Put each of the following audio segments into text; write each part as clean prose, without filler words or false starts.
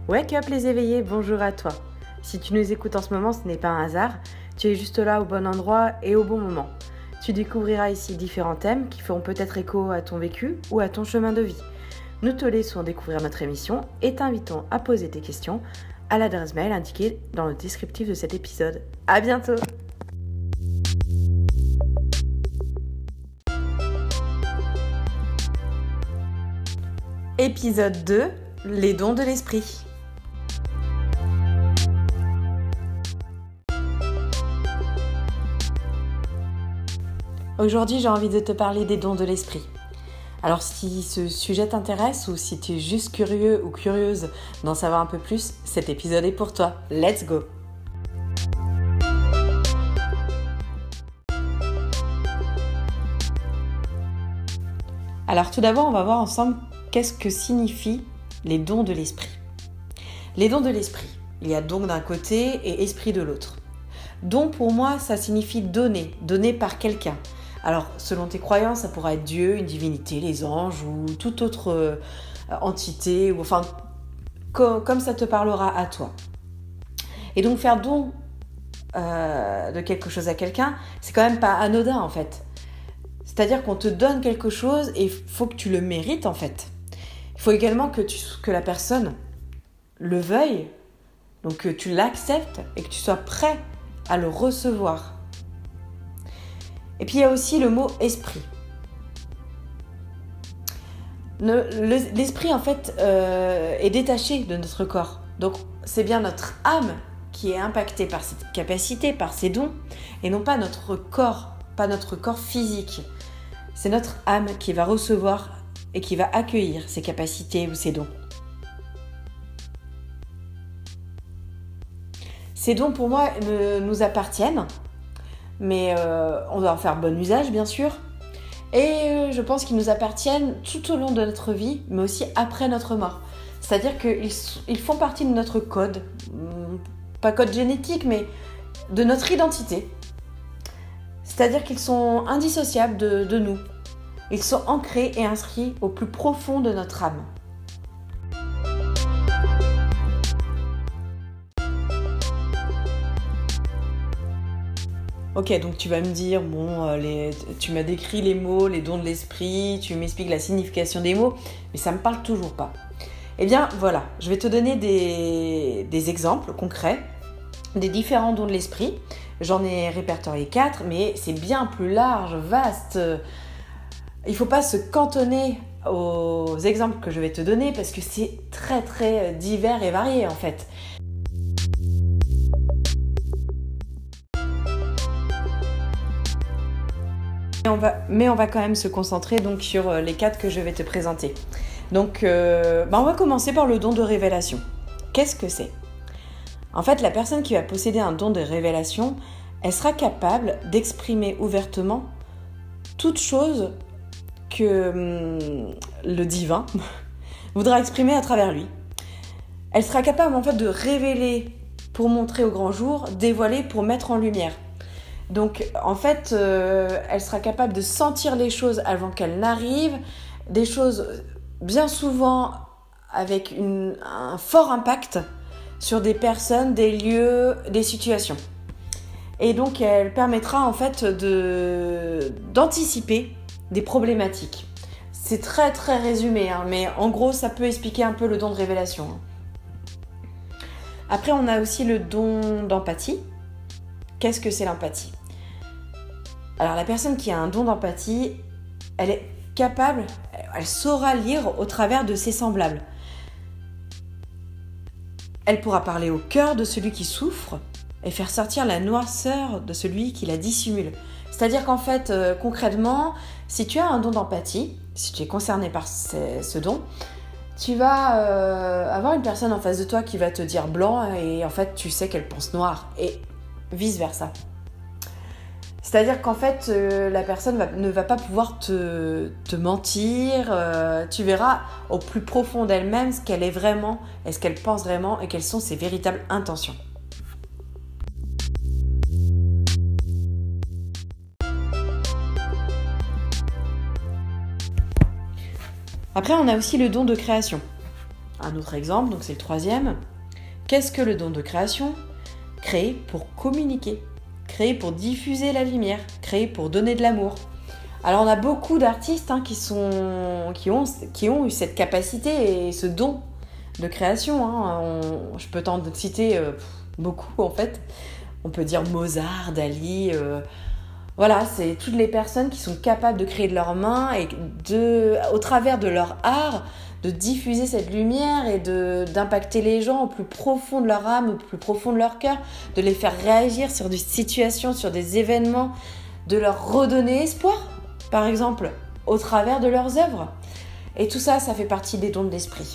Wake up les éveillés, bonjour à toi. Si tu nous écoutes en ce moment, ce n'est pas un hasard, tu es juste là au bon endroit et au bon moment. Tu découvriras ici différents thèmes qui feront peut-être écho à ton vécu ou à ton chemin de vie. Nous te laissons découvrir notre émission et t'invitons à poser tes questions à l'adresse mail indiquée dans le descriptif de cet épisode. À bientôt! Épisode 2, les dons de l'esprit. Aujourd'hui, j'ai envie de te parler des dons de l'esprit. Alors si ce sujet t'intéresse ou si tu es juste curieux ou curieuse d'en savoir un peu plus, cet épisode est pour toi. Let's go! Alors tout d'abord, on va voir ensemble qu'est-ce que signifient les dons de l'esprit. Les dons de l'esprit, il y a don d'un côté et esprit de l'autre. Don pour moi, ça signifie donner par quelqu'un. Alors selon tes croyances, ça pourra être Dieu, une divinité, les anges ou toute autre entité, ou enfin comme ça te parlera à toi. Et donc faire don de quelque chose à quelqu'un, c'est quand même pas anodin en fait. C'est-à-dire qu'on te donne quelque chose et il faut que tu le mérites en fait. Il faut également que la personne le veuille, donc que tu l'acceptes et que tu sois prêt à le recevoir. Et puis il y a aussi le mot esprit. L'esprit en fait est détaché de notre corps. Donc c'est bien notre âme qui est impactée par cette capacité, par ces dons, et non pas notre corps physique. C'est notre âme qui va recevoir et qui va accueillir ces capacités ou ces dons. Ces dons, pour moi, nous appartiennent, mais on doit en faire bon usage, bien sûr. Et je pense qu'ils nous appartiennent tout au long de notre vie, mais aussi après notre mort. C'est-à-dire qu'ils font partie de notre code, pas code génétique, mais de notre identité. C'est-à-dire qu'ils sont indissociables de nous. Ils sont ancrés et inscrits au plus profond de notre âme. Ok, donc tu vas me dire, tu m'as décrit les mots, les dons de l'esprit, tu m'expliques la signification des mots, mais ça me parle toujours pas. Eh bien voilà, je vais te donner des exemples concrets des différents dons de l'esprit. J'en ai répertorié 4, mais c'est bien plus large, vaste. Il ne faut pas se cantonner aux exemples que je vais te donner parce que c'est très très divers et varié en fait. Mais on va quand même se concentrer donc sur les 4 que je vais te présenter. Donc on va commencer par le don de révélation. Qu'est-ce que c'est ? En fait, la personne qui va posséder un don de révélation, elle sera capable d'exprimer ouvertement toute chose que le divin voudra exprimer à travers lui. Elle sera capable en fait de révéler pour montrer au grand jour, dévoiler pour mettre en lumière. Donc en fait, elle sera capable de sentir les choses avant qu'elles n'arrivent, des choses bien souvent avec un fort impact sur des personnes, des lieux, des situations. Et donc elle permettra en fait d'anticiper des problématiques. C'est très très résumé, mais en gros ça peut expliquer un peu le don de révélation. Après on a aussi le don d'empathie. Qu'est-ce que c'est l'empathie ? Alors la personne qui a un don d'empathie, elle est capable, elle saura lire au travers de ses semblables. Elle pourra parler au cœur de celui qui souffre et faire sortir la noirceur de celui qui la dissimule. C'est-à-dire qu'en fait, concrètement, si tu as un don d'empathie, si tu es concerné par ce don, tu vas avoir une personne en face de toi qui va te dire blanc et en fait, tu sais qu'elle pense noir et vice-versa. C'est-à-dire qu'en fait, la personne ne va pas pouvoir te mentir. Tu verras au plus profond d'elle-même ce qu'elle est vraiment et ce qu'elle pense vraiment et quelles sont ses véritables intentions. Après, on a aussi le don de création. un autre exemple, donc c'est le troisième. Qu'est-ce que le don de création ? Créé pour communiquer, créé pour diffuser la lumière, créé pour donner de l'amour. Alors on a beaucoup d'artistes qui ont eu cette capacité et ce don de création. Je peux t'en citer beaucoup en fait. On peut dire Mozart, Dali. Voilà, c'est toutes les personnes qui sont capables de créer de leurs mains et au travers de leur art, de diffuser cette lumière et d'impacter les gens au plus profond de leur âme, au plus profond de leur cœur, de les faire réagir sur des situations, sur des événements, de leur redonner espoir, par exemple, au travers de leurs œuvres. Et tout ça, ça fait partie des dons de l'esprit.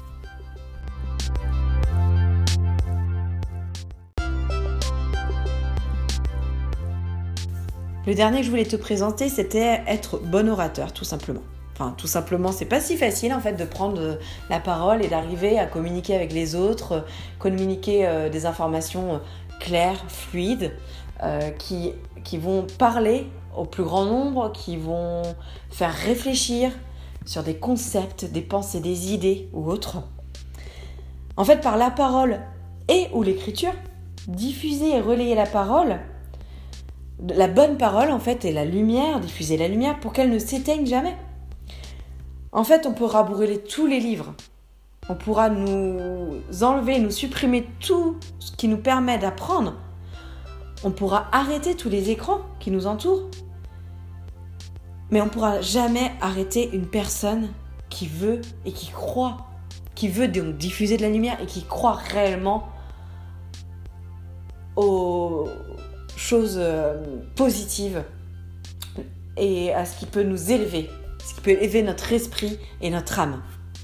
Le dernier que je voulais te présenter, c'était être bon orateur, tout simplement. Enfin, tout simplement, c'est pas si facile en fait de prendre la parole et d'arriver à communiquer avec les autres, communiquer des informations claires, fluides, qui vont parler au plus grand nombre, qui vont faire réfléchir sur des concepts, des pensées, des idées ou autres. En fait, par la parole et ou l'écriture, diffuser et relayer la parole, la bonne parole en fait, et la lumière, diffuser la lumière pour qu'elle ne s'éteigne jamais. En fait, on pourra brûler tous les livres. On pourra nous enlever, nous supprimer tout ce qui nous permet d'apprendre. On pourra arrêter tous les écrans qui nous entourent. Mais on ne pourra jamais arrêter une personne qui veut et qui croit, qui veut donc diffuser de la lumière et qui croit réellement aux choses positives et à ce qui peut nous élever, ce qui peut élever notre esprit et notre âme.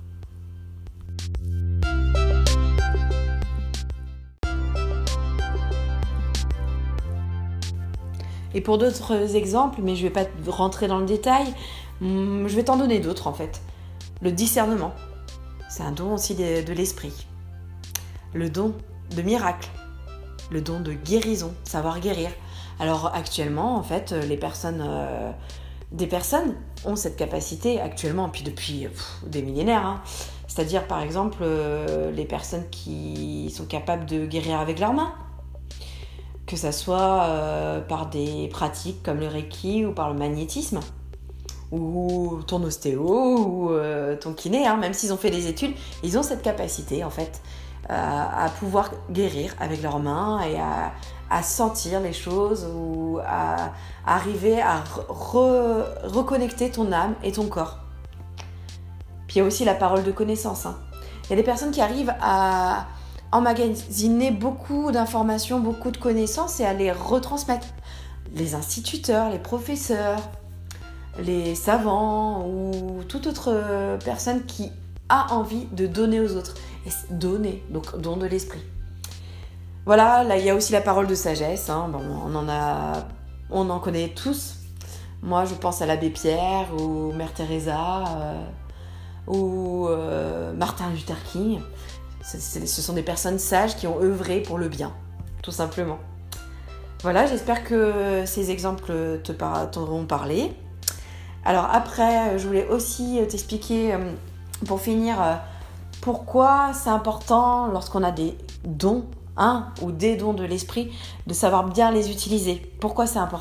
Et pour d'autres exemples, mais je ne vais pas rentrer dans le détail, je vais t'en donner d'autres en fait. Le discernement, c'est un don aussi de l'esprit. Le don de miracle, le don de guérison, savoir guérir. Alors actuellement, en fait, des personnes ont cette capacité actuellement, puis depuis des millénaires. C'est-à-dire par exemple les personnes qui sont capables de guérir avec leurs mains. Que ça soit par des pratiques comme le Reiki ou par le magnétisme, ou ton ostéo, ou ton kiné, même s'ils ont fait des études, ils ont cette capacité en fait à pouvoir guérir avec leurs mains et à sentir les choses ou à arriver à reconnecter ton âme et ton corps. Puis il y a aussi la parole de connaissance. Il y a des personnes qui arrivent à emmagasiner beaucoup d'informations, beaucoup de connaissances et à les retransmettre. Les instituteurs, les professeurs, les savants ou toute autre personne qui a envie de donner aux autres. Et donner, donc don de l'esprit. Voilà, là il y a aussi la parole de sagesse. On en connaît tous. Moi je pense à l'abbé Pierre ou Mère Teresa ou Martin Luther King. Ce sont des personnes sages qui ont œuvré pour le bien, tout simplement. Voilà, j'espère que ces exemples t'auront parlé. Alors après, je voulais aussi t'expliquer, pour finir, pourquoi c'est important, lorsqu'on a des dons, ou des dons de l'esprit, de savoir bien les utiliser. Pourquoi c'est important ?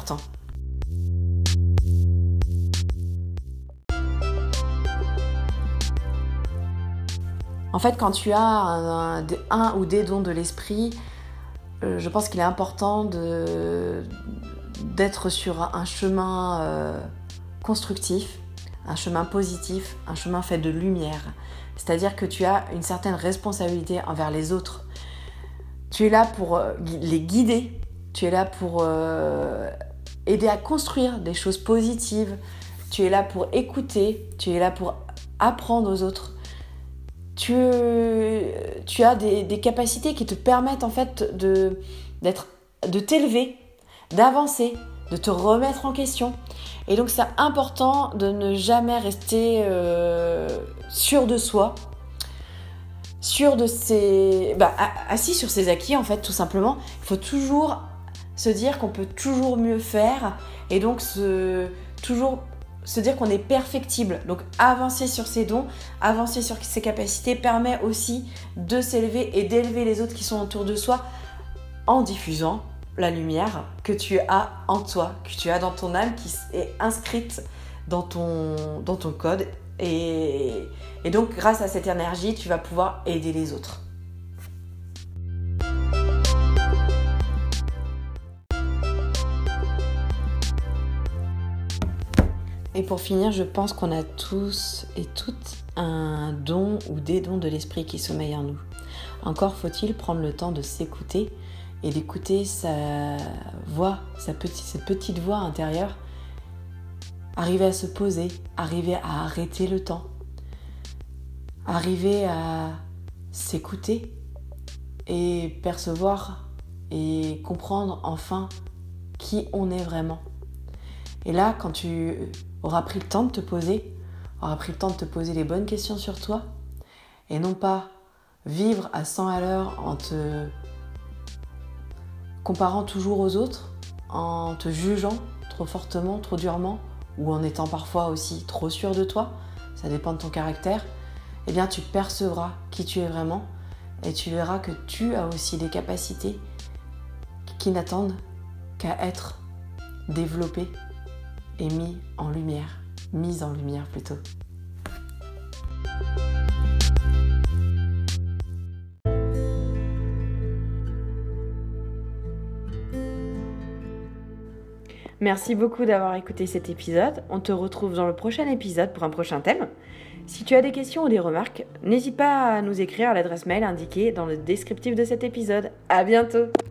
En fait, quand tu as un ou des dons de l'esprit, je pense qu'il est important d'être sur un chemin constructif, un chemin positif, un chemin fait de lumière. C'est-à-dire que tu as une certaine responsabilité envers les autres. Tu es là pour les guider, tu es là pour aider à construire des choses positives, tu es là pour écouter, tu es là pour apprendre aux autres. Tu as des capacités qui te permettent en fait de t'élever, d'avancer, de te remettre en question. Et donc c'est important de ne jamais rester sûr de soi, assis sur ses acquis en fait tout simplement. Il faut toujours se dire qu'on peut toujours mieux faire et donc toujours se dire qu'on est perfectible. Donc avancer sur ses dons, avancer sur ses capacités permet aussi de s'élever et d'élever les autres qui sont autour de soi en diffusant la lumière que tu as en toi, que tu as dans ton âme, qui est inscrite dans ton code. Et donc grâce à cette énergie, tu vas pouvoir aider les autres. Et pour finir, je pense qu'on a tous et toutes un don ou des dons de l'esprit qui sommeillent en nous. Encore faut-il prendre le temps de s'écouter et d'écouter sa voix, cette petite voix intérieure, arriver à se poser, arriver à arrêter le temps, arriver à s'écouter et percevoir et comprendre enfin qui on est vraiment. Et là, quand tu auras pris le temps de te poser, les bonnes questions sur toi, et non pas vivre à 100 à l'heure en te comparant toujours aux autres, en te jugeant trop fortement, trop durement, ou en étant parfois aussi trop sûr de toi, ça dépend de ton caractère, eh bien tu percevras qui tu es vraiment et tu verras que tu as aussi des capacités qui n'attendent qu'à être développées et mises en lumière plutôt. Merci beaucoup d'avoir écouté cet épisode. On te retrouve dans le prochain épisode pour un prochain thème. Si tu as des questions ou des remarques, n'hésite pas à nous écrire à l'adresse mail indiquée dans le descriptif de cet épisode. À bientôt!